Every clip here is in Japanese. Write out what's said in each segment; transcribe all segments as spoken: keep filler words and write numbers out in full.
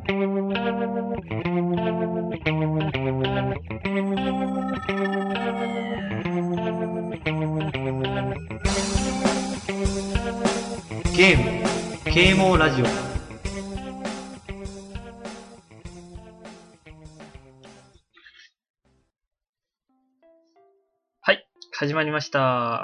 ゲーム、啓蒙ラジオ。はい、始まりました。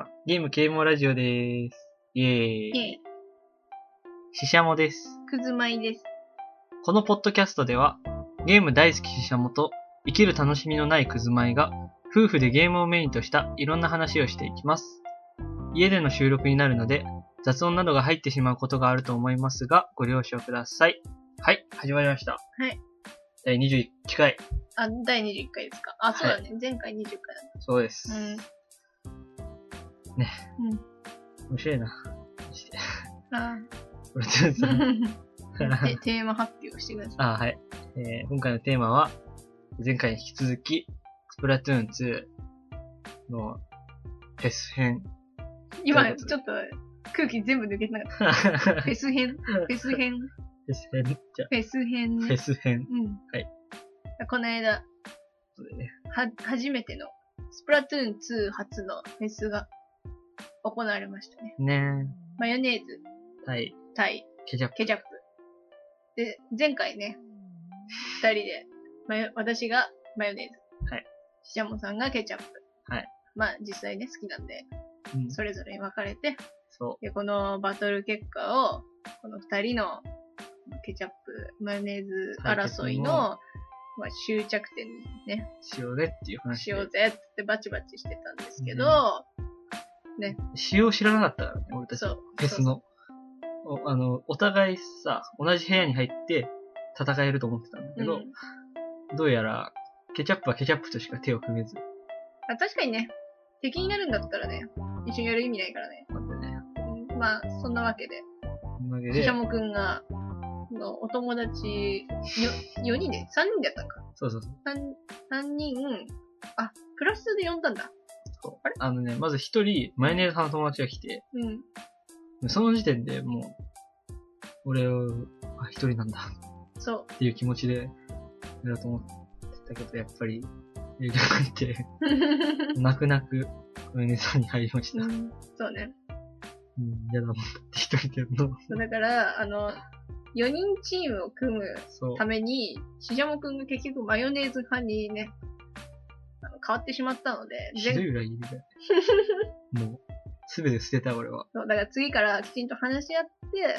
ゲーム啓蒙ラジオです。イエーイ。 イェイ。 ししゃもです。 くずまいです。 このポッドキャストでは、ゲーム大好きししゃもと生きる楽しみのないくずまいが、夫婦でゲームをメインとしたいろんな話をしていきます。家での収録になるので、雑音などが入ってしまうことがあると思いますが、ご了承ください。はい、始まりました。 はい。 だいにじゅういっかい。 あ、だいにじゅういっかいですか。あ、そうだね。はい、前回にじゅっかいだった。 そうです。 うん。 ね。 うん。 面白いな。 ああ。 これちょっとテーマ発表してください。 あ、はい、えー。今回のテーマは、前回に引き続き、スプラトゥーンツーのフェス編。 今、ちょっと空気全部抜けてなかった。フェス編フェス編フェス編じゃフェス編ね。 フェス編。 うん。 はい。 この間、 そうだね。 は、初めての、スプラトゥーンツー初のフェスが行われましたね。 ねえ。マヨネーズ。 対。 対。 ケチャップ。 ケチャップ。で、前回ね、二人で、マヨ、私がマヨネーズ。 はい。 ししゃもさんがケチャップ。 はい。 まあ、実際ね、好きなんで、うん、それぞれ分かれて、 そう。 で、このバトル結果を、この二人のケチャップ、マヨネーズ争いの、まあ、終着点にね、 しようぜっていう話。 しようぜってバチバチしてたんですけど、うん、ね。 仕様知らなかったからね、俺たち。そう。フェスの。おあの、お互いさ、同じ部屋に入って戦えると思ってたんだけど、うん、どうやら、ケチャップはケチャップとしか手を組めず。 あ、確かにね、敵になるんだったらね、一緒にやる意味ないからね。 待ってね。 うん、まあ、そんなわけで。 そんなわけで。 ししゃもくんが、のお友達、よ、よにんで、さんにんでやったんか。 そうそうそう。 三、三人、あ、プラスで呼んだんだ。 そう。あれあのね、まず一人、マヨネーズ派の友達が来て、うん。その時点でもう、俺を、あ、一人なんだ。そう。っていう気持ちで、やろうと思ってたけど、やっぱり、やりたくなって、泣く泣く、マヨネーズ派に入りました。うん、 そうね。 うん、嫌だもんだって一人でやるの。 そう、だから、あの、よにんチームを組むために、ししゃもくんが結局マヨネーズ派にね、あの変わってしまったので、 ひどい裏切りだよ。もう、すべて捨てた俺は。 そう、だから次からきちんと話し合って、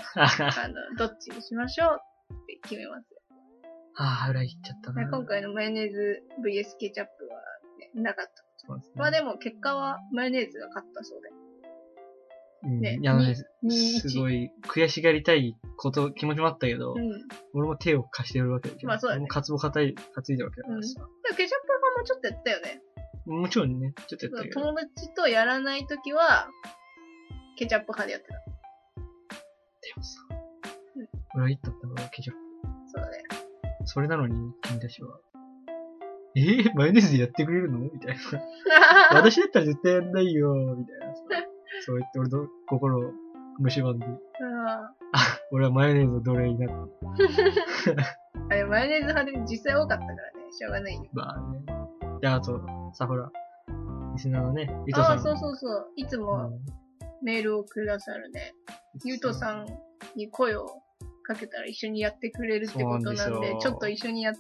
あの、どっちにしましょうって決めますよ。 ああ、裏切っちゃったな。 今回のマヨネーズ ブイエス ケチャップは、ね、なかった。そうですね。まあでも結果はマヨネーズが勝ったそうで。 うん、ね、いやね、すごい悔しがりたいこと、気持ちもあったけど、うん、俺も手を貸してるわけでしょ。まあそうだね。俺もカツボ担い、担いだわけだからさ。うん、 でもケチャップ派もちょっとやったよね。 もちろんね、ちょっとやったけど。 友達とやらないときは、ケチャップ派でやってた。 でもさ、うん、裏切ったったのはケチャップ。 そうだね。 それなのに、君たちは、えー、マヨネーズでやってくれるのみたいな。私だったら絶対やんないよ、みたいなさ。そう言って俺の心を蝕んで。ああ、俺はマヨネーズの奴隷になった。 あれ、マヨネーズ派で実際多かったからね、しょうがないよ。 まあね。で、あと、さ、ほら、リスナーのね、ゆとさん。 ああ、そうそうそう。いつもメールをくださるね、ゆとさんに声をかけたら一緒にやってくれるってことなんで、ちょっと一緒にやって、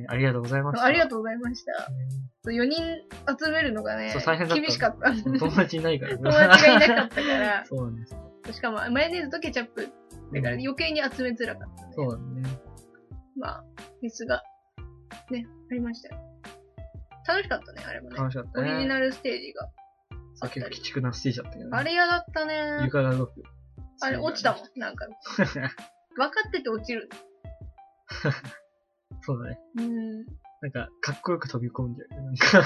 えー。ありがとうございました。 ありがとうございました。えー、よにん集めるのがね、そう大変だった厳しかった。 友達いないから、ね、 友達がいなかったから。 そうなんです。 しかも、マヨネーズとケチャップ。だから余計に集めづらかった、ね。 そうだね。 まあ、フェスが、ね、ありましたよ。楽しかったね、あれもね。 楽しかったね。 オリジナルステージが。 さっきの鬼畜なステージだったけどね。 あれ嫌だったね。 床が動く。 あれ落ちたもん、なんか。分かってて落ちる。 そうだね。 うん。 なんか、かっこよく飛び込んじゃう。なんか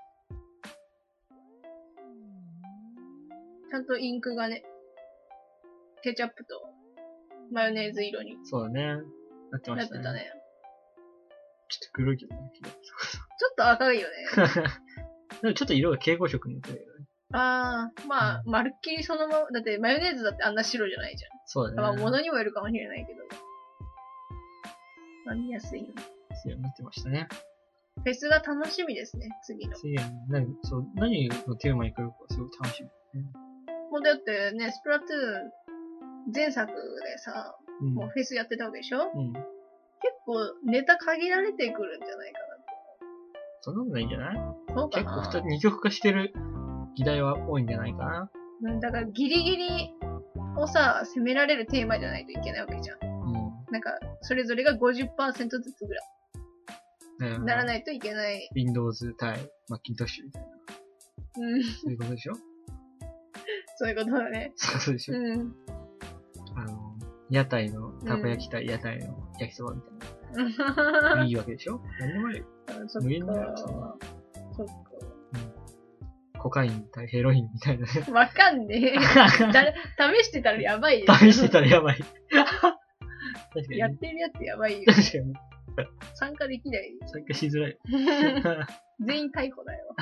ちゃんとインクがね、ケチャップとマヨネーズ色に。 そうだね。なってましたね。なってたね。ちょっと黒いけどね。 ちょっと赤いよね。 でもちょっと色が蛍光色になってるよね。 ああ、まあ、まるっきりそのまま、だってマヨネーズだってあんな白じゃないじゃん。 そうだね。 まあ、物にもよるかもしれないけど。 まあ、見やすいよね。 そうなってましたね。 フェスが楽しみですね、次の。 次は何、そう、何のテーマに来るかすごい楽しみ。うん、 もうだってね、スプラトゥーン前作でさ、うん、もうフェスやってたわけでしょ、うん、結構ネタ限られてくるんじゃないかな。 そんなことないんじゃない？ そうかな。 結構二極化してる議題は多いんじゃないかな。 うん、だからギリギリをさ、攻められるテーマじゃないといけないわけじゃん。うん、なんか、それぞれが ごじゅっパーセント ずつぐらい。うん、ならないといけない。 Windows 対 Macintosh みたいな。うん。そういうことでしょ？ そういうことだね。 そういうことでしょ？うん。あの、屋台のたこ焼き対屋台の焼きそばみたいな。うん、いいわけでしょ？何でもいいよ。無限にあるそんな。 そっか。 うん。コカイン対ヘロインみたいなね。 わかんねえ。試してたらやばいよ。 試してたらやばい。 確かに。やってるやつやばいよ。 確かに。 参加できない。 参加しづらい。 全員逮捕だよ。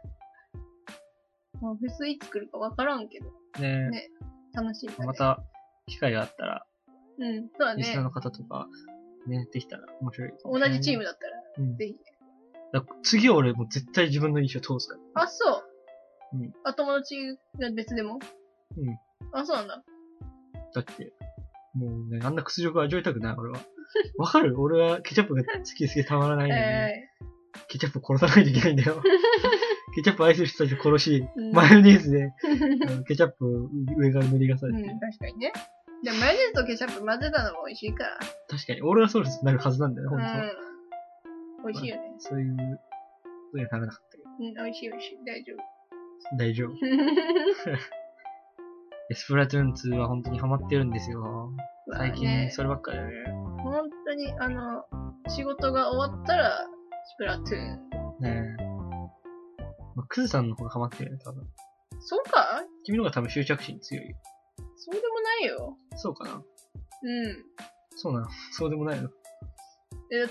まあ、フェスいつ来るかわからんけど。ねえ。ね、楽しみだね。 また、機会があったら、 うん、そうだね。 リスナーの方とか、ね、できたら面白い。 同じチームだったら、うん、ぜひね。 だ次は俺もう絶対自分の印象通すから。 あ、そう。うん。あ、友達が別でもうん。あ、そうなんだ。 だって、もうね、あんな屈辱味わいたくない、俺は。わかる？俺はケチャップが好きすぎてたまらないのに、えー、ケチャップ殺さないといけないんだよ。ケチャップ愛する人たちを殺し、うん、マヨネーズでケチャップを上から塗り重ねて、うん。確かにね。でもマヨネーズとケチャップ混ぜたのも美味しいから。 確かに。俺はそうなるはずなんだよ、ほんと。うん。 美味しいよね。 まあ、そういう、そういうのならなかったけど。 うん、美味しい美味しい。大丈夫。 大丈夫。スプラトゥーンツーは本当にハマってるんですよ。最近そればっかりだね。 本当に、あの、仕事が終わったら、スプラトゥーン。ねえ。 まあ、クズさんの方がハマってるよね、多分。 そうか？ 君の方が多分執着心強いよ。 そうでもないよ。 そうかな？うん。そうなの？そうでもないの？ え、だって、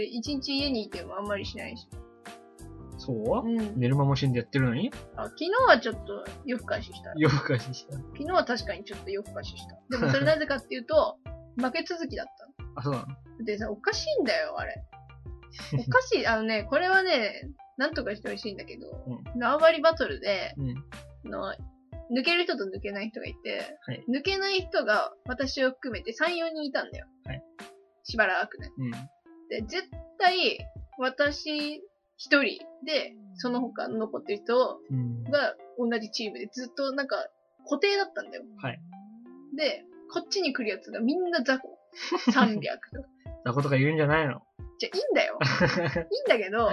一日家にいてもあんまりしないし。 そう？うん。寝る間も死んでやってるのに？ あ、昨日はちょっと夜更かしした。 夜更かしした。 昨日は確かにちょっと夜更かしした。でもそれなぜかっていうと、負け続きだったの。 あ、そうなの？ でさ、おかしいんだよ、あれ。おかしい。あのね、これはね、なんとかしてほしいんだけど、うん、縄張りバトルで、うん、の抜ける人と抜けない人がいて、はい、抜けない人が私を含めてさん、よにんいたんだよ。はい、しばらくね。うん、で、絶対、私一人で、その他残ってる人が同じチームでずっとなんか固定だったんだよ。はい、で、こっちに来るやつがみんな雑魚。さんびゃくとか。 雑魚とか言うんじゃないの？ じゃ、いいんだよ。いいんだけど、うん、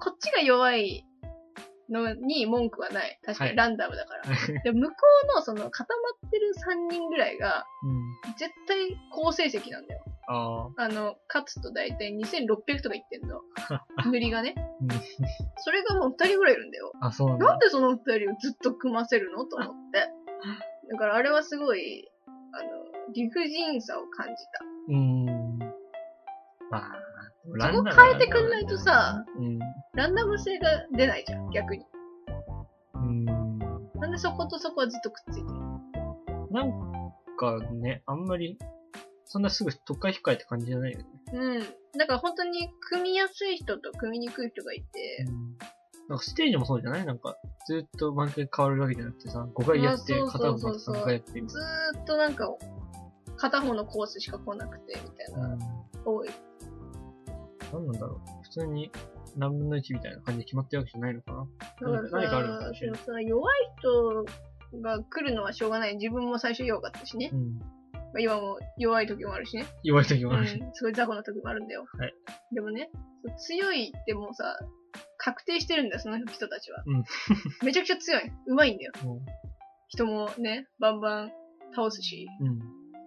こっちが弱いのに文句はない。確かにランダムだから。はい、で向こうのその固まってるさんにんぐらいが、うん、絶対好成績なんだよ。あ, あの、勝つと大体にせんろっぴゃくとかいってんの。塗りがね。それがもうふたりぐらいいるんだよ。あ、そうなんだ。なんでそのふたりをずっと組ませるのと思って。だからあれはすごい、あの、理不尽さを感じた。うーん。まあ、そこ変えてくんないとさ、うん、ランダム性が出ないじゃん、逆に。うーん。なんでそことそこはずっとくっついてる？ なんかね、あんまり、そんなすぐ特化控えって感じじゃないよね。 うん。だから本当に組みやすい人と組みにくい人がいて、うん、 なんかステージもそうじゃない？なんか、ずっと毎回変わるわけじゃなくてさ、ごかいやって、片方またさんかいやって。 ずーっとなんか、片方のコースしか来なくて、みたいな、うん、多い。 なんなんだろう。普通に何分のいちみたいな感じで決まってるわけじゃないのかな。だから何かあるのかもしれない。 でもさ、弱い人が来るのはしょうがない。自分も最初弱かったしね。うん、今も弱い時もあるしね。 弱い時もあるし。 うん、すごい雑魚な時もあるんだよ。はい。でもね、強いってもうさ、確定してるんだよ、その人たちは。うん、めちゃくちゃ強い。上手いんだよ。うん、人もね、バンバン倒すし、うん、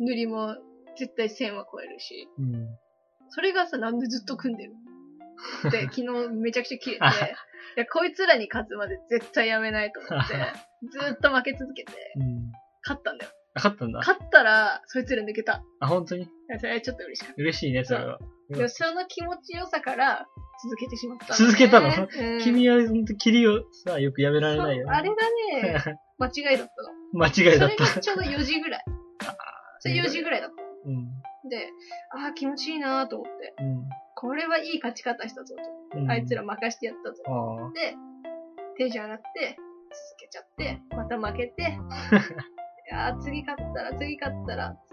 塗りも絶対せんは超えるし。うん、それがさ、なんでずっと組んでるって昨日めちゃくちゃ切れて、いや、こいつらに勝つまで絶対やめないと思って、ずっと負け続けて、うん、勝ったんだよ。 勝ったんだ。 勝ったら、そいつら抜けた。 あ、本当に？ いや、それはちょっと嬉しかった。 嬉しいね、それは。 でもその気持ちよさから続けてしまった、ね。 続けたの、うん、君は本当切りをさ、よくやめられないよね。 あれがね、間違いだったの。 間違いだった。 それがちょうどよじぐらい。それよじぐらいだった。うん。 で、ああ、気持ちいいなーと思って。うん、これはいい勝ち方したぞと。うん、あいつら任してやったぞ。で、テンション上がって、続けちゃって、また負けて、いやー次勝ったら、次勝ったら、つって、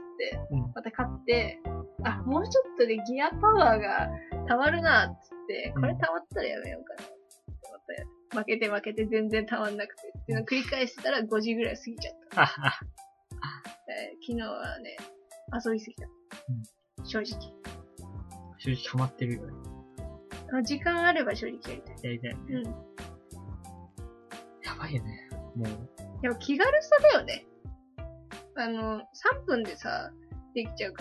また勝って、うん、あ、もうちょっとでギアパワーが溜まるな、つって、これ溜まったらやめようかな。負けて負けて全然たまんなくて。っていうのを繰り返したらごじぐらい過ぎちゃった。えー、昨日はね、遊びすぎた。うん、正直。 正直ハマってるよね。 時間あれば正直やりたい。 やりたいね。うん。やばいよね。もう。 でも気軽さだよね。あの、さんぷんでさ、できちゃうから。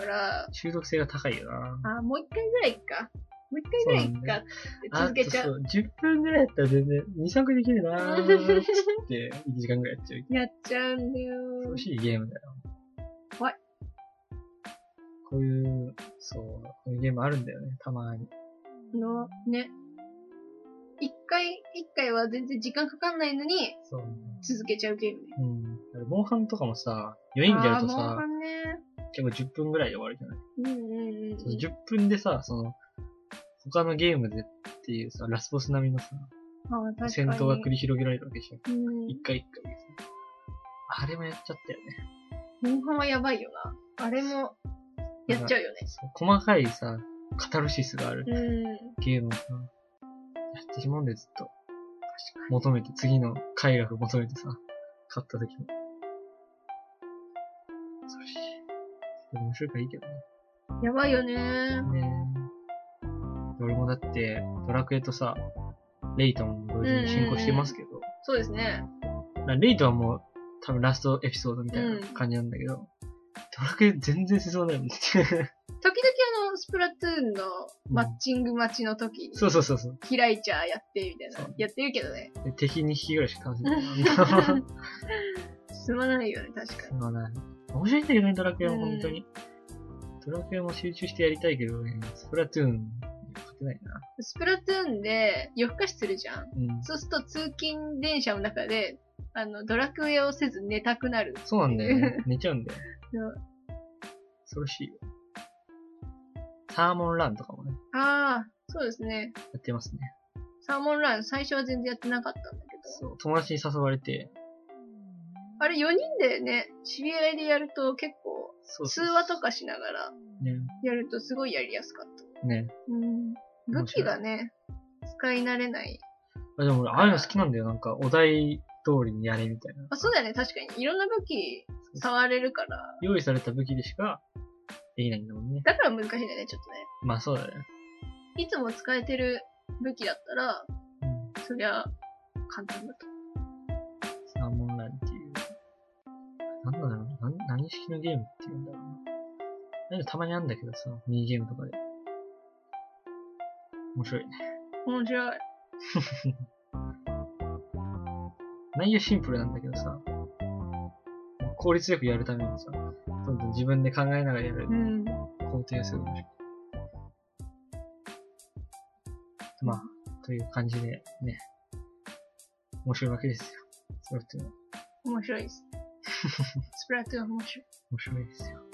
中毒性が高いよな。 あ、もう一回ぐらいいっか。もう一回ぐらいいっかって続けちゃう。 そう、じゅっぷんぐらいやったら全然に、さんぷんできるなーっていちじかんぐらいやっちゃう。 やっちゃうんだよー。 楽しいゲームだよ。 怖い。 こういう、そう、こういうゲームあるんだよね、たまに。 の、ね。一回、一回は全然時間かかんないのに、そう、ね、続けちゃうゲームね。 うん。モンハンとかもさ、よにんでやるとさ、 モンハンね、 結構じゅっぷんぐらいで終わるじゃない。 うんうんうん。 じゅっぷんでさ、その、他のゲームでっていうさ、ラスボス並みのさ、あ、戦闘が繰り広げられるわけじゃん。一回一回でさ。あれもやっちゃったよね。モンハンはやばいよな。あれも、やっちゃうよね。 細かいさ、カタルシスがあるゲームをさ、やってしまうんでずっと。求めて、次の快楽求めてさ、買った時に。それし、面白いからいいけどね。 やばいよねー。ねー。俺もだって、ドラクエとさ、レイトも同時に進行してますけど。 そうですね。 レイトはもう、多分ラストエピソードみたいな感じなんだけど、うん、ドラクエ全然進まないもん。時々 あの、スプラトゥーンのマッチング待ちの時に、うん、そうそうそうそう。開いちゃやって、みたいな。やってるけどね。 敵に匹ぐらいしか倒せない。 進まないよね、確かに。 進まない。面白いんだけどね、ドラクエも本当に。ドラクエも集中してやりたいけどね、スプラトゥーン、勝てないな。 スプラトゥーンで夜更かしするじゃん。うん、そうすると通勤電車の中で、あの、ドラクエをせず寝たくなる。 そうなんだよね。寝ちゃうんだよ。恐ろしいよ。サーモンランとかもね。 ああ、そうですね。 やってますね。 サーモンラン、最初は全然やってなかったんだけど。 そう、友達に誘われて。 あれよにんでね、知り合いでやると結構、通話とかしながら、やるとすごいやりやすかった。ね。うん。武器がね、使い慣れない。 あ、でも俺、ああいうの好きなんだよ。なんか、お題通りにやれみたいな。 あ、そうだよね。確かに。いろんな武器、触れるから。 用意された武器でしか、できないんだもんね。 だから難しいんだよね、ちょっとね。 まあそうだね。 いつも使えてる武器だったら、うん、そりゃ、簡単だと。 サーモンランっていう。なんだろうな。何式のゲームっていうんだろうな。何たまにあるんだけどさ、ミニゲームとかで。面白いね。 面白い。 内容シンプルなんだけどさ、効率よくやるためにさ、どんどん自分で考えながらやる。うん。工程がすごい面白い。まあ、という感じでね、面白いわけですよ。スプラトゥーンは。 面白いです。スプラトゥーンは面白い。 面白いですよ。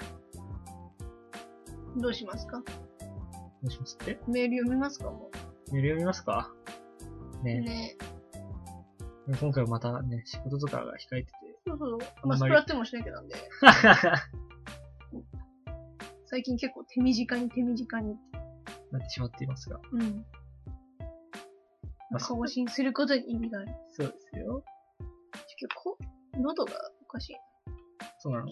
どうしますか？ どうしますって？ メール読みますかもう。メール読みますか？ね。ね。今回はまたね、仕事とかが控えてて。 そうそう。まあ、スプラトゥーンもしなきゃなんで。最近結構手短に手短になってしまっていますが。うん。 まあ、更新することに意味がある。 そうですよ。 結構、喉がおかしい。 そうなの。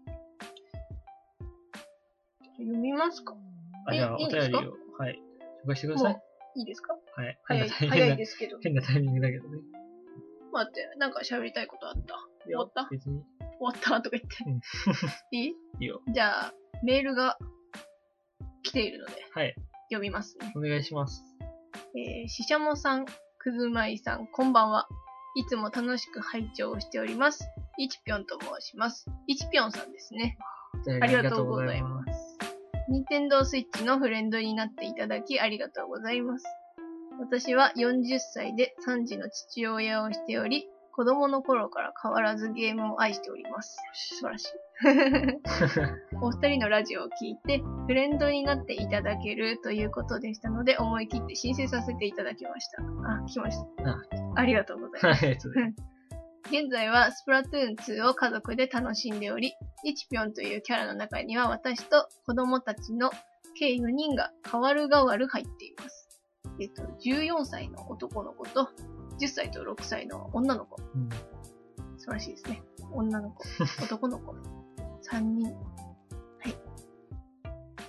読みますか？ あ、じゃあ、お便りを、はい。紹介してください。 いいですか？ はい。 早い、早いですけど。 変なタイミングだけどね。 待って、なんか喋りたいことあった？終わった？ 別に。 終わったとか言って。うん、いい？いいよ。 じゃあ、メールが来ているので、 はい。 読みますね。 お願いします。 えー、ししゃもさん、くずまいさん、こんばんは。いつも楽しく拝聴しております。いちぴょんと申します。いちぴょんさんですね。ありがとうございます。任天堂スイッチのフレンドになっていただきありがとうございます。私はよんじゅっさいでさん児の父親をしており、 子供の頃から変わらずゲームを愛しております。素晴らしい。お二人のラジオを聞いてフレンドになっていただけるということでしたので、思い切って申請させていただきました。あ、来ました。あ, ありがとうございます。現在はスプラトゥーンツーを家族で楽しんでおり、イチピョンというキャラの中には私と子供たちの計よにんが代わる代わる入っています。えっと、じゅうよんさいの男の子と、じゅっさいとろくさいの女の子。うん、素晴らしいですね。女の子、男の子、さんにん。はい。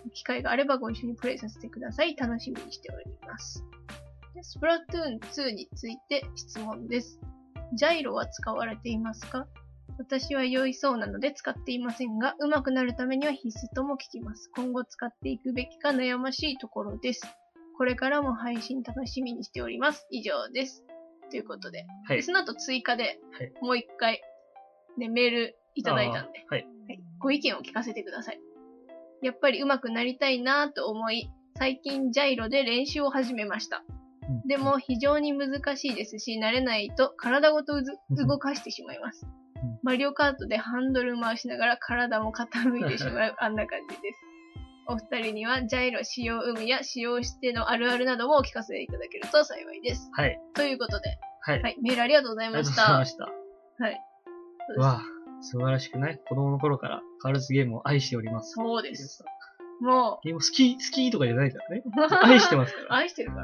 機会があればご一緒にプレイさせてください。楽しみにしております。スプラトゥーンツーについて質問です。ジャイロは使われていますか？私は良いそうなので使っていませんが、上手くなるためには必須とも聞きます。今後使っていくべきか悩ましいところです。これからも配信楽しみにしております。以上です。ということで。はい、でその後追加で、もう一回、ね、メールいただいたんで、はいはい、ご意見を聞かせてください。やっぱり上手くなりたいなと思い、最近ジャイロで練習を始めました。うん、でも非常に難しいですし、慣れないと体ごとうず動かしてしまいます。うん、マリオカートでハンドル回しながら体も傾いてしまうあんな感じです。お二人にはジャイロ使用有無や使用してのあるあるなどもお聞かせいただけると幸いです。はい。ということで、はい。はい、メールありがとうございました。ありがとうございました。はい。 うわぁ、素晴らしくない？子供の頃から変わらずゲームを愛しております。 そうです。もう。 ゲーム好き、好きとかじゃないからね。愛してますから。 愛してるから。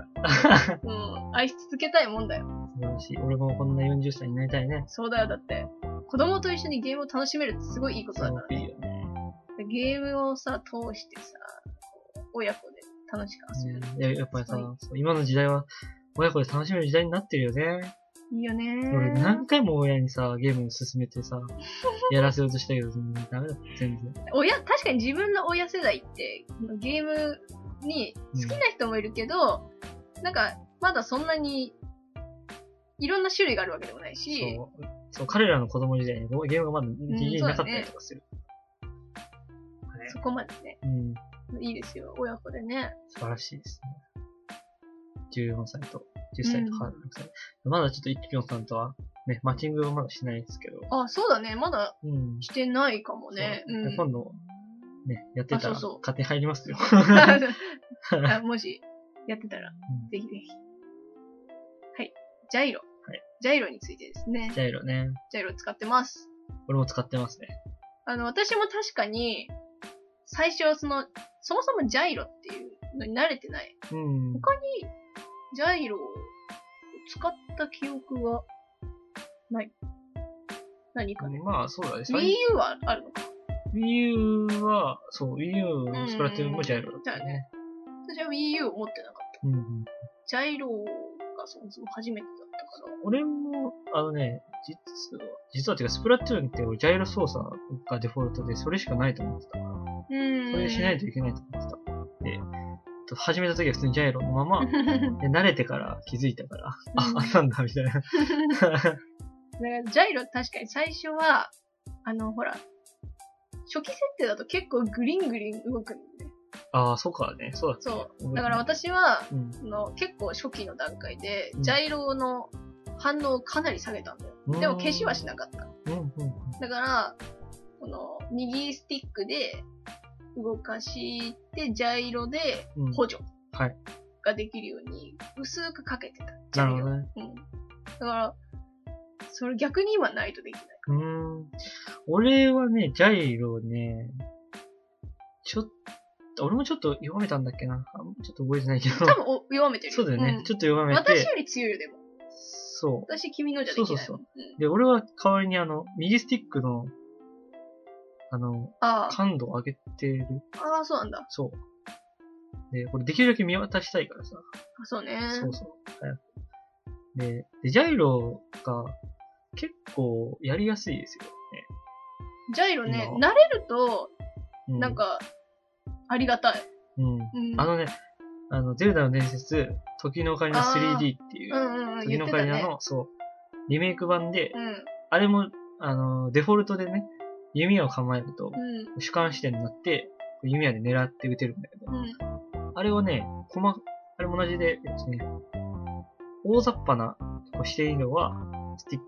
うん。愛し続けたいもんだよ。 素晴らしい。俺もこんなよんじゅっさいになりたいね。 そうだよ。だって、子供と一緒にゲームを楽しめるってすごいいいことだからね。いいよね。ゲームをさ、通してさ、親子で楽しく遊べる。 うん、や, やっぱりさ、そう今の時代は親子で楽しめる時代になってるよね。 いいよね。 俺何回も親にさ、ゲームを進めてさ、やらせようとしたけど、ダメだった、全然。 親、確かに自分の親世代って、ゲームに好きな人もいるけど、うん、なんか、まだそんなに、いろんな種類があるわけでもないし。 そう。そう、彼らの子供時代にゲームがまだ家になかったりとかする。 うんね、そこまでね。うん。いいですよ、親子でね。 素晴らしいですね。じゅうよんさいとじゅっさいとろくさい。うん、まだちょっとイッピョンさんとはね、マッチングはまだしないですけど。 あ、そうだね。まだしてないかもね。 うんうん、今度、ね、やってたら勝手に入りますよ。 あもし、やってたら、うん、ぜひぜひ。はい。ジャイロ。はい。ジャイロについてですね。 ジャイロね。 ジャイロ使ってます。 俺も使ってますね。 あの、私も確かに、最初はその、そもそもジャイロっていうのに慣れてない。うん。他に、ジャイロを使った記憶がない。何かね。 まあ、そうだね。 Wii U はあるのか。 Wii U は、そう、Wii U のスプラトゥーンもジャイロだったよね。 私は Wii U を持ってなかった。うんうん、ジャイロがそもそも初めてだったから。 俺も、あのね、実は、実はてか、スプラトゥーンってジャイロ操作がデフォルトで、それしかないと思ってたから。うん。それしないといけないと思ってた。で、始めた時は普通にジャイロのまま、で慣れてから気づいたから、あ、あったんだ、みたいな。だからジャイロ確かに最初は、あの、ほら、初期設定だと結構グリングリン動くんだよね。 ああ、そうかね。そうだった、 ね。そう。だから私は、うん、の結構初期の段階で、ジャイロの反応をかなり下げたんだよ。うん、でも消しはしなかった。うんうんうん、だから、この、右スティックで動かして、ジャイロで補助ができるように、薄くかけてた。ジャイロ。なるほどね。うん。だから、それ逆に今ないとできない。 うーん。俺はね、ジャイロね、ちょっと、俺もちょっと弱めたんだっけな。ちょっと覚えてないけど。 多分お弱めてる。 そうだよね、うん。ちょっと弱めて。 私より強いよ、でも。 そう。 私、君のじゃできない。そうそうそう。 うん、で、俺は代わりにあの、右スティックの、あの、あ感度を上げてる。 ああ、そうなんだ。 そう。で、これできるだけ見渡したいからさ。 あ、そうね。 そうそう。早く。で、でジャイロが結構やりやすいですよね。 ジャイロね、慣れると、なんか、うん、ありがたい。 うん。うん、あのね、あの、ゼルダの伝説、時のオカリナ スリーディー っていう、うんうん、時のオカリナの、ね、そう、リメイク版で、うん、あれも、あの、デフォルトでね、弓矢を構えると、うん、主観視点になって、弓矢で狙って撃てるんだけど、うん、あれをね、細、あれも同じでですね、大雑把なこう視点移動はスティックでやっ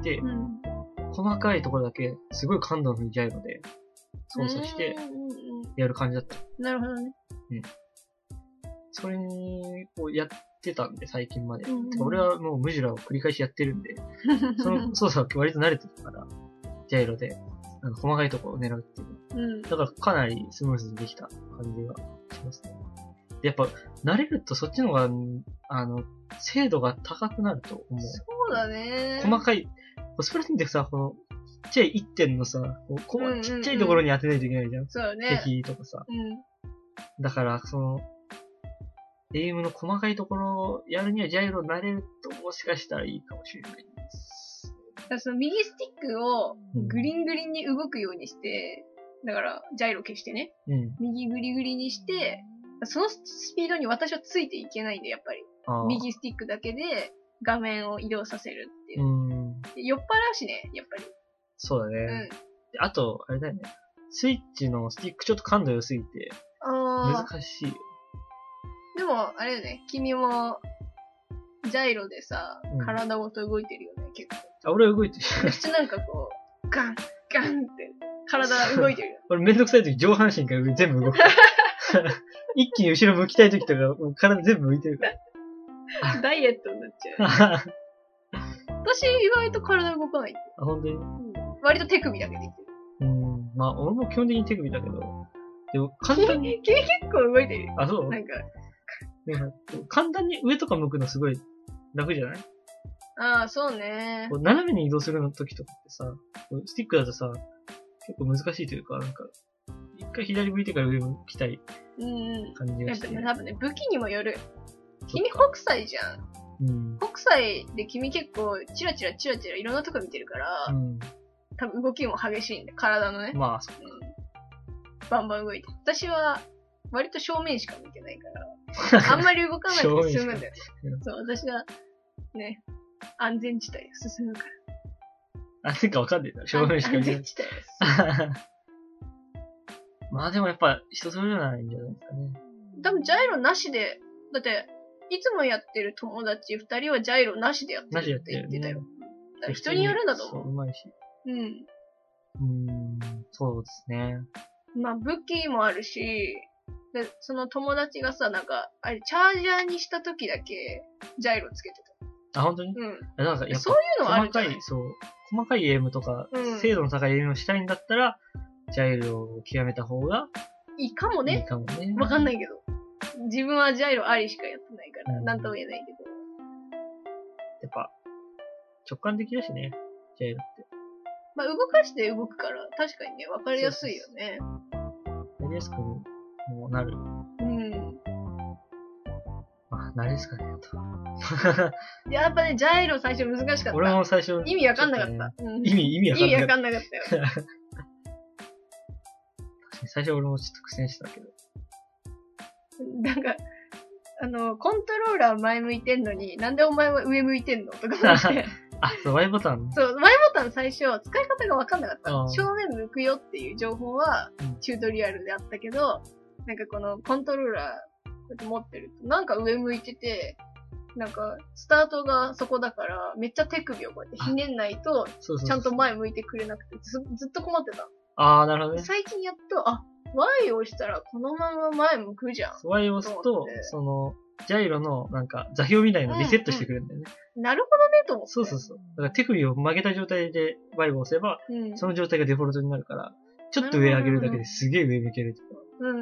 て、うん、細かいところだけ、すごい感度のいいジャイロで操作して、やる感じだった。 なるほどね。うん。 それに、こうやってたんで、最近まで。うんうん、俺はもうムジュラを繰り返しやってるんで、その操作は割と慣れてるから、ジャイロで、あの細かいところを狙うっていう。うん、だからかなりスムーズにできた感じがしますね。でやっぱ、慣れるとそっちの方が、あの、精度が高くなると思う。 そうだね。 細かい、スプラトゥーンってさ、この、ちっちゃい一点のさ、こうこうちっちゃいところに当てないといけないじゃん。 そうね。 敵とかさ。うん。だから、その、エイムの細かいところをやるにはジャイロになれるともしかしたらいいかもしれないです。 だからその右スティックをグリングリンに動くようにして、うん、だからジャイロ消してね。うん。右グリグリにして、そのスピードに私はついていけないんで、やっぱり。右スティックだけで画面を移動させるっていう。うん。酔っ払うしね、やっぱり。 そうだね。うん。あと、あれだよね。スイッチのスティックちょっと感度良すぎて、難しいよ。 でも、あれよね、君も、ジャイロでさ、うん、体ごと動いてるよね、結構。 あ、俺は動いてる。 めっちゃなんかこう、ガン、ガンって、体動いてるよ。 俺めんどくさい時上半身から全部動く。一気に後ろ向きたい時とか、もう体全部向いてるから。 ダイエットになっちゃう。私意外と体動かないって。 あ、本当に、うん、 割と手首だけできてる。うん。まあ、俺も基本的に手首だけど、でも簡単に。 君結構動いてるよ。 あ、そうなんか。 簡単に上とか向くのすごい楽じゃない？ ああ、そうね。 こう斜めに移動するの時とかってさ、スティックだとさ、結構難しいというか、なんか、一回左向いてから上向きたい感じがして。 うんうん。やっぱね、多分ね、武器にもよる。君北斎じゃん。うん、北斎で君結構チラチラチラチラいろんなとこ見てるから、うん、多分動きも激しいんで、体のね。 まあ、そうか、うん。 バンバン動いて。私は割と正面しか見てないから、あんまり動かなくて済むんだよ。そう、私はね、安全地帯を進むから。 安全かわかんねえだろ、正面しか見てない。安全地帯です。まあでもやっぱ人それぞれないんじゃないですかね。 多分ジャイロなしで、だって、いつもやってる友達二人はジャイロなしでやってるって言ってたよ。ね、だから人によるんだと思う。 そう、うまいし。 うん。 うーん、そうですね。 まあ武器もあるし、で、その友達がさ、なんか、あれ、チャージャーにした時だけ、ジャイロつけてた。あ、本当に？ うん。 なんかやっぱそういうのはあるじゃん。 細かい、そう、細かいエイムとか、うん、精度の高いエイムをしたいんだったら、ジャイロを極めた方が、 いいかもね。 いいかもね。 わかんないけど。自分はジャイロありしかやってないから、うん、なんとも言えないけど。 やっぱ、直感的だしね、ジャイロって。 まあ、動かして動くから、確かにね、わかりやすいよね。 やりやすくもなる。うん。まあ、慣れですかね、 と。やっぱね、ジャイロ最初難しかった。 俺も最初。 意味わかんなかった。ね、 うん、意味、意味わかんなかった。 意味わかんなかったよ。 最初俺もちょっと苦戦したけど。 なんか、あの、コントローラー前向いてんのに、なんでお前は上向いてんのとか思って。 あ、そう、Y ボタン。 そう、Y ボタン最初、使い方がわかんなかった。正面向くよっていう情報は、チュートリアルであったけど、うん、なんかこのコントローラー、こうやって持ってると、なんか上向いてて、なんか、スタートがそこだから、めっちゃ手首をこうやってひねんないと、ちゃんと前向いてくれなくて、ずずっと困ってた。 あー、なるほどね。 最近やっと、あ、Y を押したらこのまま前向くじゃん。 Y を押すと、その、ジャイロのなんか座標みたいのリセットしてくれるんだよね。 うんうん、なるほどねと思って。 そうそうそう。だから手首を曲げた状態で Y を押せば、うん、その状態がデフォルトになるから、ちょっと上上げるだけですげえ上向けるとか。うん。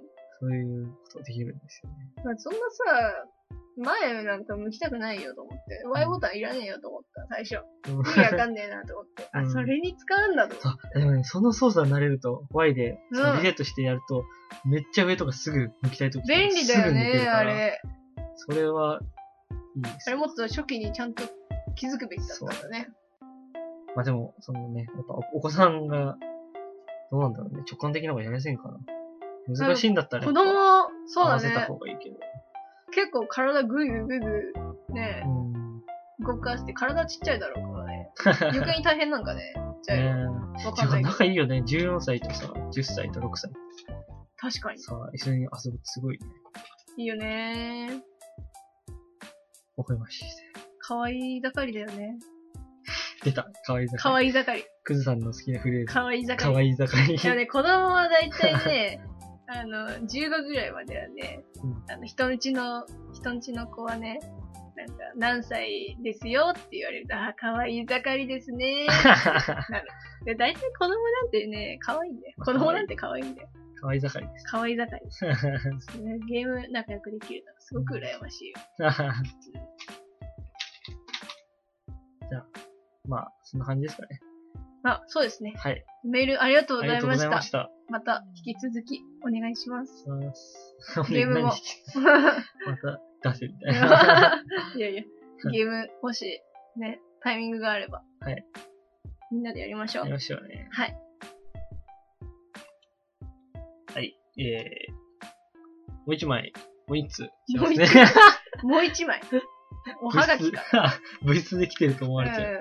そういうことができるんですよね。 まあ、そんなさ、前なんか向きたくないよと思って。Y ボタンいらねえよと思った、最初。意味わかんねえなと思って。あ、それに使うんだと思って。 そう。でもね、その操作になれると、Y で、リセットしてやると、うん、めっちゃ上とかすぐ向きたいとき便利だよね、あれ。 それは、いいです。 あれもっと初期にちゃんと気づくべきだったんだね。 まあでも、そのね、やっぱお子さんが、どうなんだろうね。直感的な方がやりやすいんかな。難しいんだったら、 子供、そうだね。合わせた方がいいけど。 結構体グイグイグイグイね、うん、動かして体ちっちゃいだろうからね。余計に大変なんかね。じゃあ、ね、わかんないけど。 仲いいよね。じゅうよんさいとさ、じゅっさいとろくさい。 確かに。 さあ、一緒に遊ぶってすごいね。 いいよねー。微笑ましい。 可愛い盛りだよね。 出た。かわいい盛り。 かわいい盛り。 クズさんの好きなフレーズ。 かわいい盛り。 かわいい盛り。 でもね、子供はだいたいね、あの、じゅうごぐらいまではね、うん、あの、人んちの、人んちの子はね、なんか、何歳ですよって言われると、あ、かわいい盛りですねーなる。で、だいたい子供なんてね、かわいいんだよ。子供なんてかわいいんだよ。 かわいい盛りです。 かわいい盛りです。ゲーム仲良くできるのがすごく羨ましいよ。 じゃあ、まあ、そんな感じですかね。 あ、そうですね。 はい。 メールありがとうございました。ありがとうございました。また、引き続き、お願いします。ゲームも。 また、出せみたいな。 いやいや、ゲーム、もし、ね、タイミングがあれば。 はい。 みんなでやりましょう。 やりましょうね。 はい。 はい。えー、もう一枚、もう一通しますね。 もう一枚。おはがきか。 物質で来てると思われちゃう。 はい、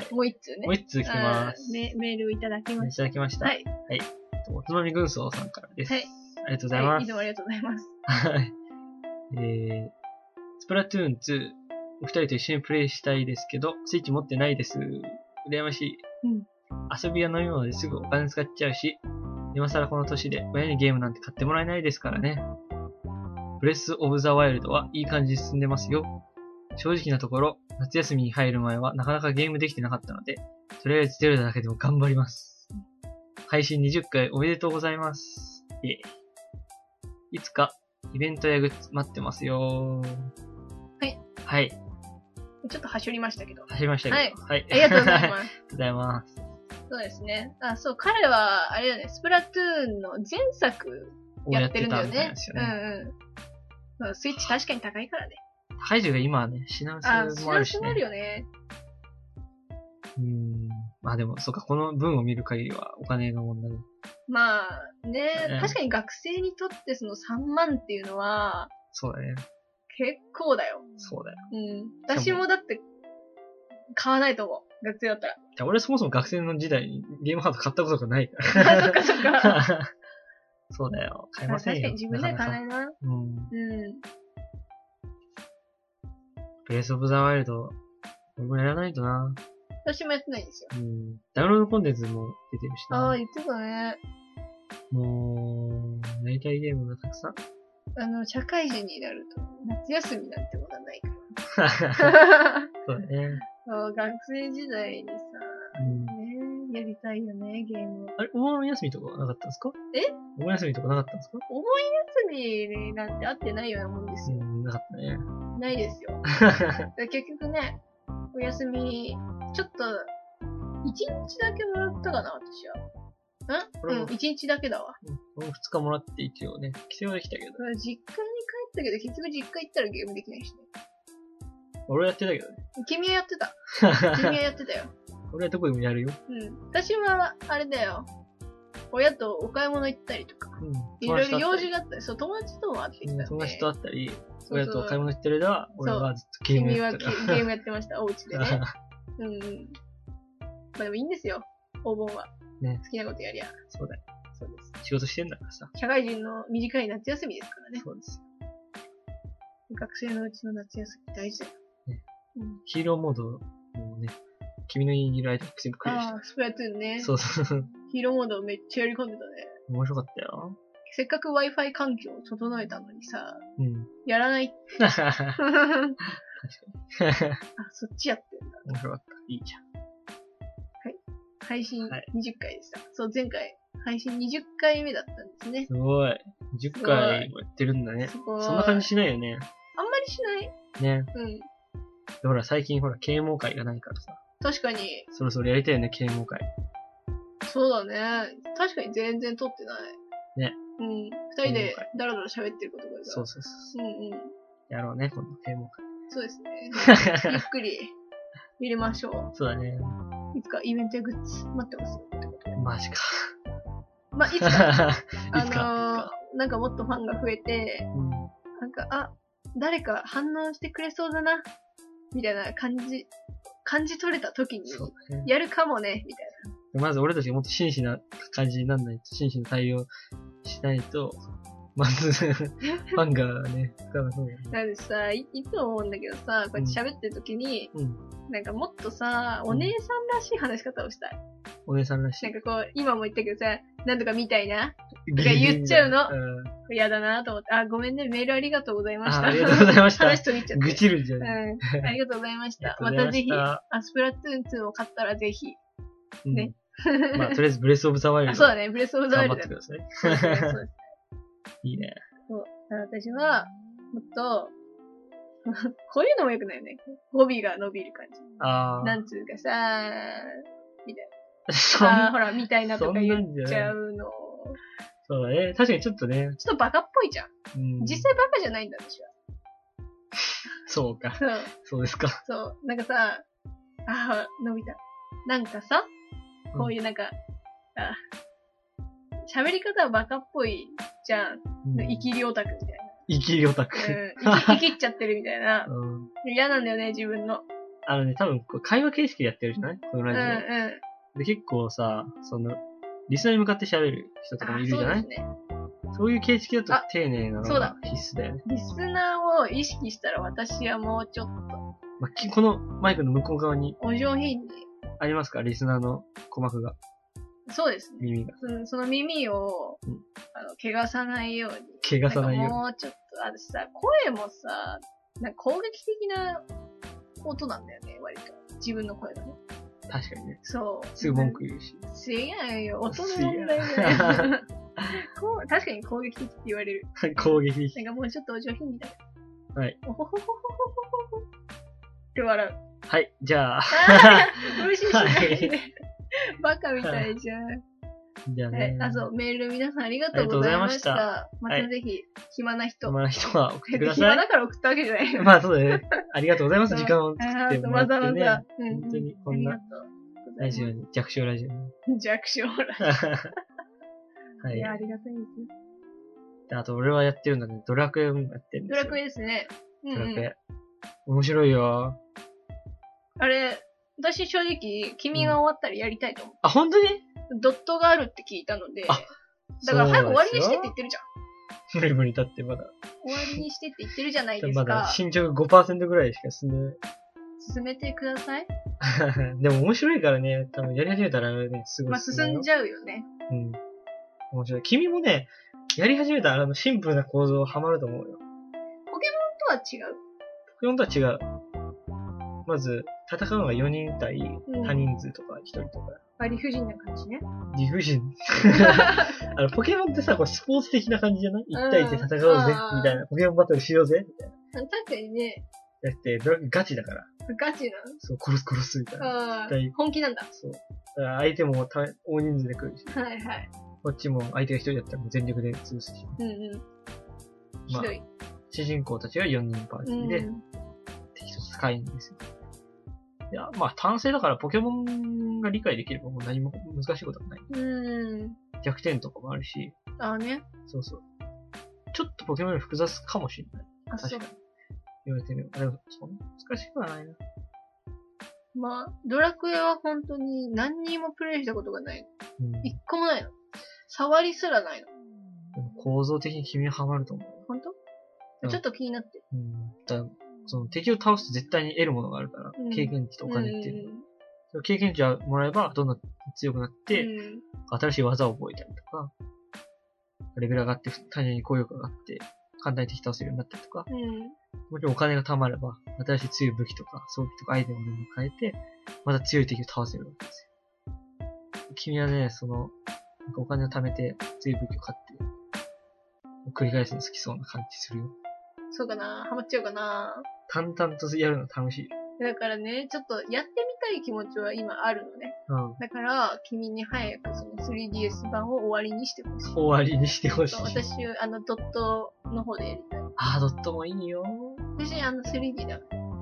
もう一通ね。 もう一通来てます。 メールをいただきました。 いただきました。 はい。 はい。おつまみ軍曹さんからです。 はい。 ありがとうございます。 いつもありがとうございます。 はい。えー、スプラトゥーンツー、お二人と一緒にプレイしたいですけど、スイッチ持ってないです。羨ましい。 うん。 遊びや飲み物ですぐお金使っちゃうし、今更この年で親にゲームなんて買ってもらえないですからね。ブレスオブザワイルドはいい感じに進んでますよ。正直なところ、夏休みに入る前はなかなかゲームできてなかったので、とりあえず出るだけでも頑張ります。配信にじゅっかいおめでとうございます。イェイ。いつかイベントやグッズ待ってますよ。 はい。 はい。 ちょっとはしょりましたけど。 はしょりましたけど。はい。 はい、ありがとうございます。ありがとうございます。 そうですね。あ、そう、彼は、あれだね、スプラトゥーンの前作やってるんだよね。うんうん。スイッチ確かに高いからね。 高いというか今はね、品薄もあるし、ね。 あ、品薄もあるよね。 うーん。まあでも、そうか、この文を見る限りはお金の問題。 まあ、ね、ね、確かに学生にとってそのさんまんっていうのは、 そうだね。 結構だよ。 そうだよ。 うん。私もだって、買わないと思う。学生だったら。いや、俺そもそも学生の時代にゲームハード買ったことがないから。 あ、そっかそっか。 そうだよ。買えませんよ。 確かに自分では買えないな。 うん。 うん。 ブレスオブザワイルド、俺もやらないとな。 私もやってないんですよ。 うん。ダウンロードコンテンツも出てるしな。 ああ、言ってたね。 もう、やりたいゲームがたくさん。 あの、社会人になると、夏休みなんてものはないから。 そうだね。 学生時代にさ、うん、ね、やりたいよね、ゲーム。 あれ、お盆休みとかなかったんですか？ え？ お盆休みとかなかったんですか？ お盆休みなんてあってないようなもんですよ。 うん、なかったね。 ないですよ。結局ね、お休み、ちょっと、一日だけもらったかな、私は。んうん、一日だけだわ。 うん、二日もらって一応ね、帰省はできたけど。 実家に帰ったけど、結局実家行ったらゲームできないしね。 俺はやってたけどね。 君はやってた。君はやってたよ。 俺はどこでもやるよ。 うん。私は、あれだよ。親とお買い物行ったりとか。うん。いろいろ用事があったり、そう、友達とも会ってきたんで。 友達と会ったり、親とお買い物行ってる間は、俺はずっとゲームやってた。 君はゲームやってました、お家でね。うんうん。まあでもいいんですよ。お盆は。ね。好きなことやりゃ。 そうだよ。 そうです。 仕事してんだからさ。 社会人の短い夏休みですからね。 そうですよ。 学生のうちの夏休み大事だよ。 ね。うん、ヒーローモードもね、君の家にいる間全部クリアした。 ああ、スプラトゥーンね。 そうそう。 ヒーローモードめっちゃやり込んでたね。 面白かったよ。 せっかく Wi-Fi 環境を整えたのにさ、うん、やらないって。確かに。あ、そっちやってんだ。 面白かった。いいじゃん。 はい。配信にじゅっかいでした。はい、そう、前回、配信にじゅっかいめだったんですね。 すごい。じゅっかいもやってるんだね。そんな感じしないよね。 あんまりしない。 ね。 うん。 ほら、最近ほら、啓蒙会がないからさ。 確かに。 そろそろやりたいよね、啓蒙会。 そうだね。確かに全然撮ってない。 ね。 うん。二人でダラダラ喋ってることがあるから。 そうそうそう。 うんうん。 やろうね、今度啓蒙会。 そうですね。ゆっくり見れましょう。そうだね。 いつかイベントやグッズ待ってますよってことで。 マジか。 まあ、いつか、あのー、なんかもっとファンが増えて、うん、なんか、あ、誰か反応してくれそうだな、みたいな感じ、感じ取れた時に、やるかもね、みたいな。まず俺たちがもっと真摯な感じになんないと、真摯な対応しないと、 まず、ファンがね、つかなそうだ。だってさ、い、いつも思うんだけどさ、こうやって喋ってる時に、うん、なんかもっとさ、お姉さんらしい話し方をしたい。 お姉さんらしい。 なんかこう、今も言ったけどさ、なんとかみたいな、とか言っちゃうの。嫌だなと思って、あ、ごめんね、メールありがとうございました。 あ, ありがとうございました。 話途切っちゃって。 愚痴るんじゃない。 うん。ありがとうございました。またぜひ、あ、スプラトゥーンツーを買ったらぜひ、ね。 うん、まあ、とりあえずブレスオブザワイルド。 そうだね、ブレスオブザワイルド。 頑張ってください。そうですね、そうですね。いいね。 そう。私は、もっと、こういうのも良くないよね。語尾が伸びる感じ。ああ。なんつうかさ、みたいな。ああ、ほら、みたいなとか言っちゃうの。 そうだね。確かにちょっとね。 ちょっとバカっぽいじゃん。うん、実際バカじゃないんだ、私は。 そうか。そう。そうですか。 そう。なんかさ、ああ、伸びた。なんかさ、こういうなんか、うん、あ喋り方はバカっぽいじゃん。うん、生きりオタクみたいな。 生きりオタク。 うん。生き、生きっちゃってるみたいな。うん。嫌なんだよね、自分の。 あのね、多分、会話形式でやってるじゃないこのラジオ。うんうん。で、結構さ、その、リスナーに向かって喋る人とかもいるじゃない？そうですね。そういう形式だと丁寧なのが必須だよね。 リスナーを意識したら私はもうちょっと。 まあ、このマイクの向こう側に。 お上品に。 ありますかリスナーの鼓膜が。 そうですね。 耳が。 そ, その耳を、うん、あの、汚さないように。 汚さないように。 もうちょっと、私さ、声もさ、なんか攻撃的な音なんだよね、割と。自分の声がね。 確かにね。 そう。 すぐ文句言うし。 すげえよ、音の問題だよ。こう確かに攻撃的って言われる。 攻撃的。 なんかもうちょっとお上品みたいな。はい。 おほほほほほほほって笑う。 はい、じゃあ。 無視しないで。バカみたいじゃん。 じゃあね。 あ、そう、メール皆さんありがとうございました。したまたぜひ、暇な人。 暇な人は送ってください。 暇だから送ったわけじゃない。 まあそうだね。ありがとうございます。時間を作ってもらってね。わざわざ。本当にこんな。ラジオに、弱小ラジオに。 弱小ラジオ。はい。いや、ありがたいです。 あと、俺はやってるんだね。ドラクエもやってるんですよ。 ドラクエですね。 ドラクエ。面白いよ。 あれ、私正直、君が終わったらやりたいと思う。 あ、本当に？ ドットがあるって聞いたので、だから早く終わりにしてって言ってるじゃん。 無理無理だってまだ。 終わりにしてって言ってるじゃないですか。 まだ進捗 ごパーセント ぐらいしか進んでない。 進めてください。 でも面白いからね、多分やり始めたらね、すごい。 まあ進んじゃうよね。 うん。面白い。君もね、やり始めたらあのシンプルな構造ハマると思うよ。 ポケモンとは違う？ ポケモンとは違う。まず、戦うのがよにん対多人数とかひとりとか。 あ、理不尽な感じね。 理不尽。あの、ポケモンってさ、これスポーツ的な感じじゃない？一対一で戦おうぜ、みたいな。ポケモンバトルしようぜ、みたいな。 確かにね。 だって、ドラクエガチだから。 ガチなの？ そう、殺す殺すみたいな。 本気なんだ。 そう。だから相手も大人数で来るし。 はいはい。 こっちも相手が一人だったらもう全力で潰すし。 うんうん。 まあ、主人公たちはよにんパーティーで、うん、敵と使いんですよ。いや、まあ単性だからポケモンが理解できればもう何も難しいことはない。うん。弱点とかもあるし。 ああね。 そうそう。ちょっとポケモンより複雑かもしれない。 あ、そう。 言われてみよう。でも、そんな難しくはないな。 まあ、ドラクエは本当に何にもプレイしたことがない。うん。一個もないの。触りすらないの。 でも構造的に君はハマると思う。 本当？ちょっと気になって。 うん。だその敵を倒すと絶対に得るものがあるから、うん、経験値とお金っていうの。うん、経験値をもらえばどんどん強くなって、うん、新しい技を覚えたりとか、レベル上がって単純に攻力が上がって、簡単に敵倒せるようになったりとか、うん、もちろんお金が貯まれば、新しい強い武器とか装備とかアイテムを変えて、また強い敵を倒せるわけですよ。君はね、その、なんかお金を貯めて強い武器を買って、繰り返すの好きそうな感じするよ。 そうかな？ハマっちゃうかな？ 淡々とやるの楽しい。 だからね、ちょっとやってみたい気持ちは今あるのね。うん。だから、君に早くその スリーディーエス 版を終わりにしてほしい。 終わりにしてほしい。 私、あの、ドットの方でやりたい。 あー、ドットもいいよ。 私、あの、スリーディー だから。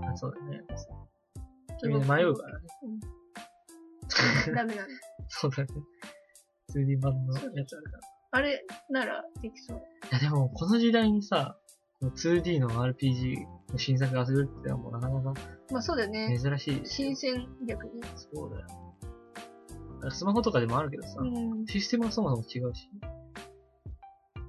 あ、そうだね。君迷うからね。 うん。ダメなんだ。 そうだね。ツーディー 版のやつあるから。 あれならできそう。いや、でも、この時代にさ、ツーディー の アールピージー の新作が遊べるってのはもうなかなかまあそうだよね。 珍しい。 新鮮、逆に。 そうだよ。スマホとかでもあるけどさ、うん、システムはそもそも違うし。てか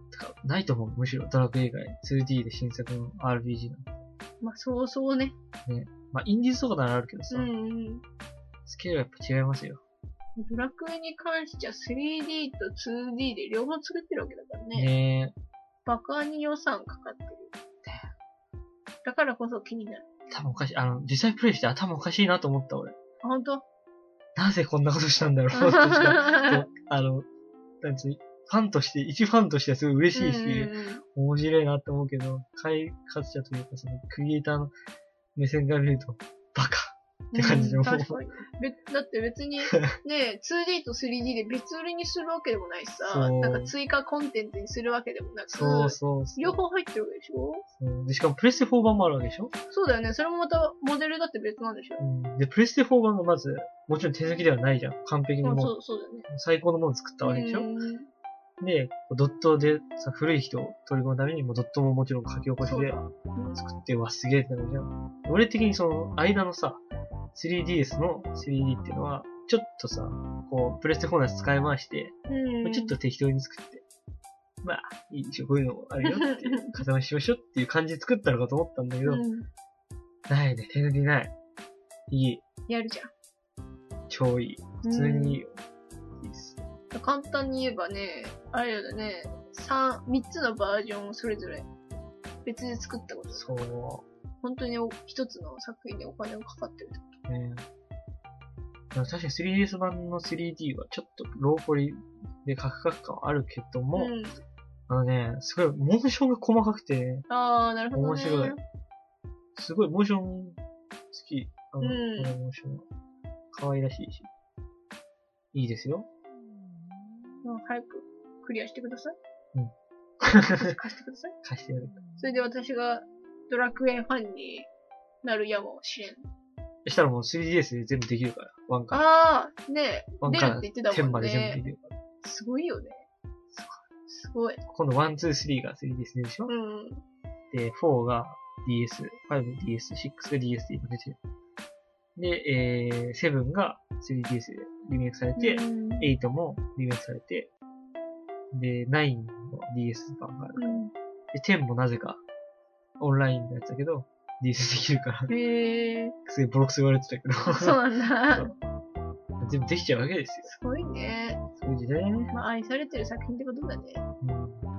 ないと思う。むしろドラクエ以外 ツーディー で新作の アールピージー なんて。 まあそうそうね。 ね。まあインディーズとかならあるけどさ。 うんうん。 スケールはやっぱ違いますよ。 ドラクエに関しては スリーディー と ツーディー で両方作ってるわけだからね。 ねえ。 爆破に予算かかってる。だからこそ気になる。 頭おかしい。あの、実際プレイして頭おかしいなと思った、俺。 あ、ほんと？ なぜこんなことしたんだろうとしか。あの、なんつう、ファンとして、一ファンとしてはすごい嬉しいし、うんうんうん、面白いなって思うけど、開発者というか、その、クリエイターの目線から見ると、バカって感じで、うん、 確かに。だって別に、ね、ツーディー と スリーディー で別売りにするわけでもないしさ、なんか追加コンテンツにするわけでもなく、 そうそうそう、 両方入ってるわけでしょ。 そうで、しかもプレステフォー版もあるわけでしょ。 そうだよね。それもまたモデルだって別なんでしょ。 うん、で、プレステフォー版がまず、もちろん手抜きではないじゃん。完璧にもう、 そうそうだよね、 最高のものを作ったわけでしょ。で、ドットでさ、古い人を取り込むためにもドットももちろん書き起こしで作って、わ、すげえってなるじゃん。俺的にその間のさ、スリーディーエス の スリーディー っていうのは、ちょっとさ、こう、プレステフォーのやつ使い回して、うん、ちょっと適当に作って、まあ、いいでしょ、こういうのもあるよっていう、固めしましょうっていう感じで作ったのかと思ったんだけど、うん、ないね、手抜きない。いい。 やるじゃん。 超いい。普通にいいよ。うん、いいです。 簡単に言えばね、あれだね、三、三つのバージョンをそれぞれ別で作ったこと。 そう。 本当に一つの作品でお金をかかってるってこと。 ねえ。確かに スリーディーエス 版の スリーディー はちょっとローポリでカクカク感あるけども、うん、あのね、すごいモーションが細かくて、 ああ、なるほど、ね。 面白い。すごいモーション好き。あの、うん、このモーションは。可愛らしいし。いいですよ。 早くクリアしてください。 うん。 貸してください。 貸してやる。 それで私がドラクエファンになるやもしれん。 したらもう スリーディーエス で全部できるから。ワンから。 ああ、ねえ。 ワンからテンまで全部できるから。 すごいよね。すごい。 今度ワン、ツー、スリーが スリーディーエス でしょ。うん。で、フォーが ディーエス、ファイブ ディーエス、シックスが ディーエス で今出てる。で、えー、セブンが スリーディーエス でリメイクされて、エイトもリメイクされて、で、ナインの ディーエス 版があるから、うん、で、テンもなぜかオンラインのやつだけど、ディーエス できるから。へー。すげえボロクソ言われてたけど。 そうなんだ。 全部できちゃうわけですよ。 すごいね。 そういう時代だね。 まあ愛されてる作品ってことだね。 うん。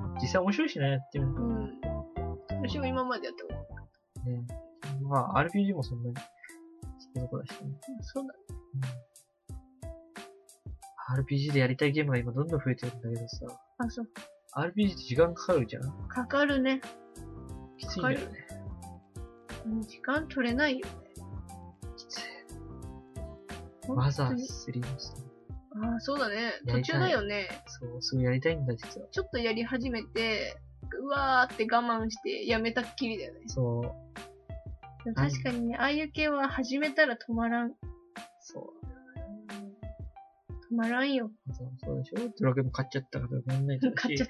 実際面白いしね、やってるの。うん。 私も今までやったことなかった。 ね。まあ アールピージー もそんなにそこそこだしね。 そうだね。 うん。アールピージー でやりたいゲームが今どんどん増えてるんだけどさ。 あ、そう。 アールピージー って時間かかるじゃん。 かかるね。 きついんだよね。 時間取れないよね。 きつい。マザースリーもさ。 ああ、そうだね。途中だよね。 そう、すぐやりたいんだ、実は。 ちょっとやり始めて、うわーって我慢してやめたっきりだよね。 そう。 確かにね、ああいう系は始めたら止まらん。 そう。 止まらんよ。 そうでしょ。ドラクエも買っちゃったからやんないとし。 買っちゃった。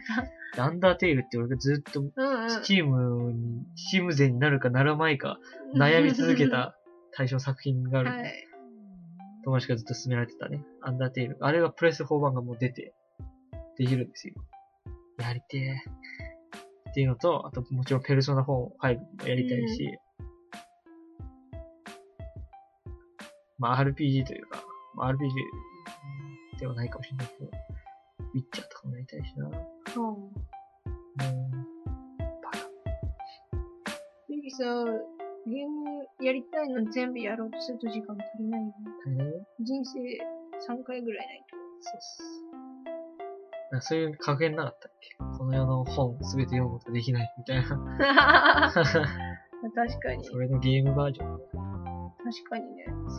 アンダーテイルって俺がずっと、スチームに、スチーム勢になるかなるまいか悩み続けた対象作品がある。はい。友達がずっと勧められてたね。アンダーテイル。あれがプレスフォー版がもう出て、できるんですよ。やりてー。っていうのと、あともちろんペルソナフォー、ファイブもやりたいし、まあ アールピージー というか、まあ、アールピージー ではないかもしれないけど、ウィッチャーとかもやりたいしな。 そう。もう、 バカ。 ゆきさ、ゲームやりたいの全部やろうとすると時間足りないよね。 足りないよ。 人生さんかいぐらいないと。 そうっす。そういう格言なかったっけ？この世の本すべて読むことできないみたいな。 確かに。 それのゲームバージョン。 確かにね。 そう。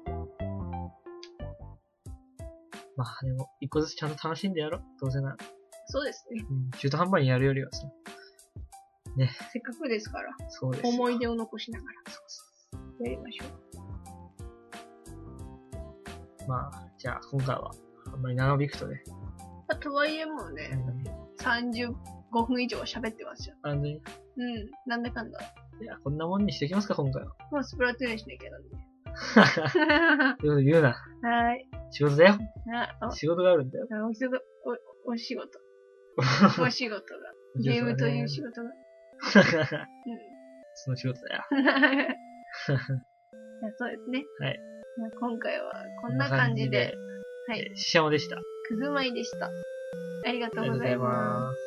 まあでも、一個ずつちゃんと楽しんでやろう。どうせなら。 そうですね。 うん。中途半端にやるよりはさ。ね。 せっかくですから。 そうです。 思い出を残しながら。そうそう。やりましょう。まあ、じゃあ今回は、あんまり長引くとね。 あとはいえもうね、さんじゅうごふん以上喋ってますよ。 あんにうん。なんだかんだ。 いや、こんなもんにしておきますか、今回は。 もうスプラトゥーンしなきゃなんで。 ということ言うな。 はい。 仕事だよ。 あ仕事があるんだよ。 お仕事、お、お仕事。お仕事が。 ゲームという仕事が。うん、 その仕事だよ。 そうですね。 はい。 今回はこんな感じで、 はい。ししゃもでした。 くずまいでした。ありがとうございます。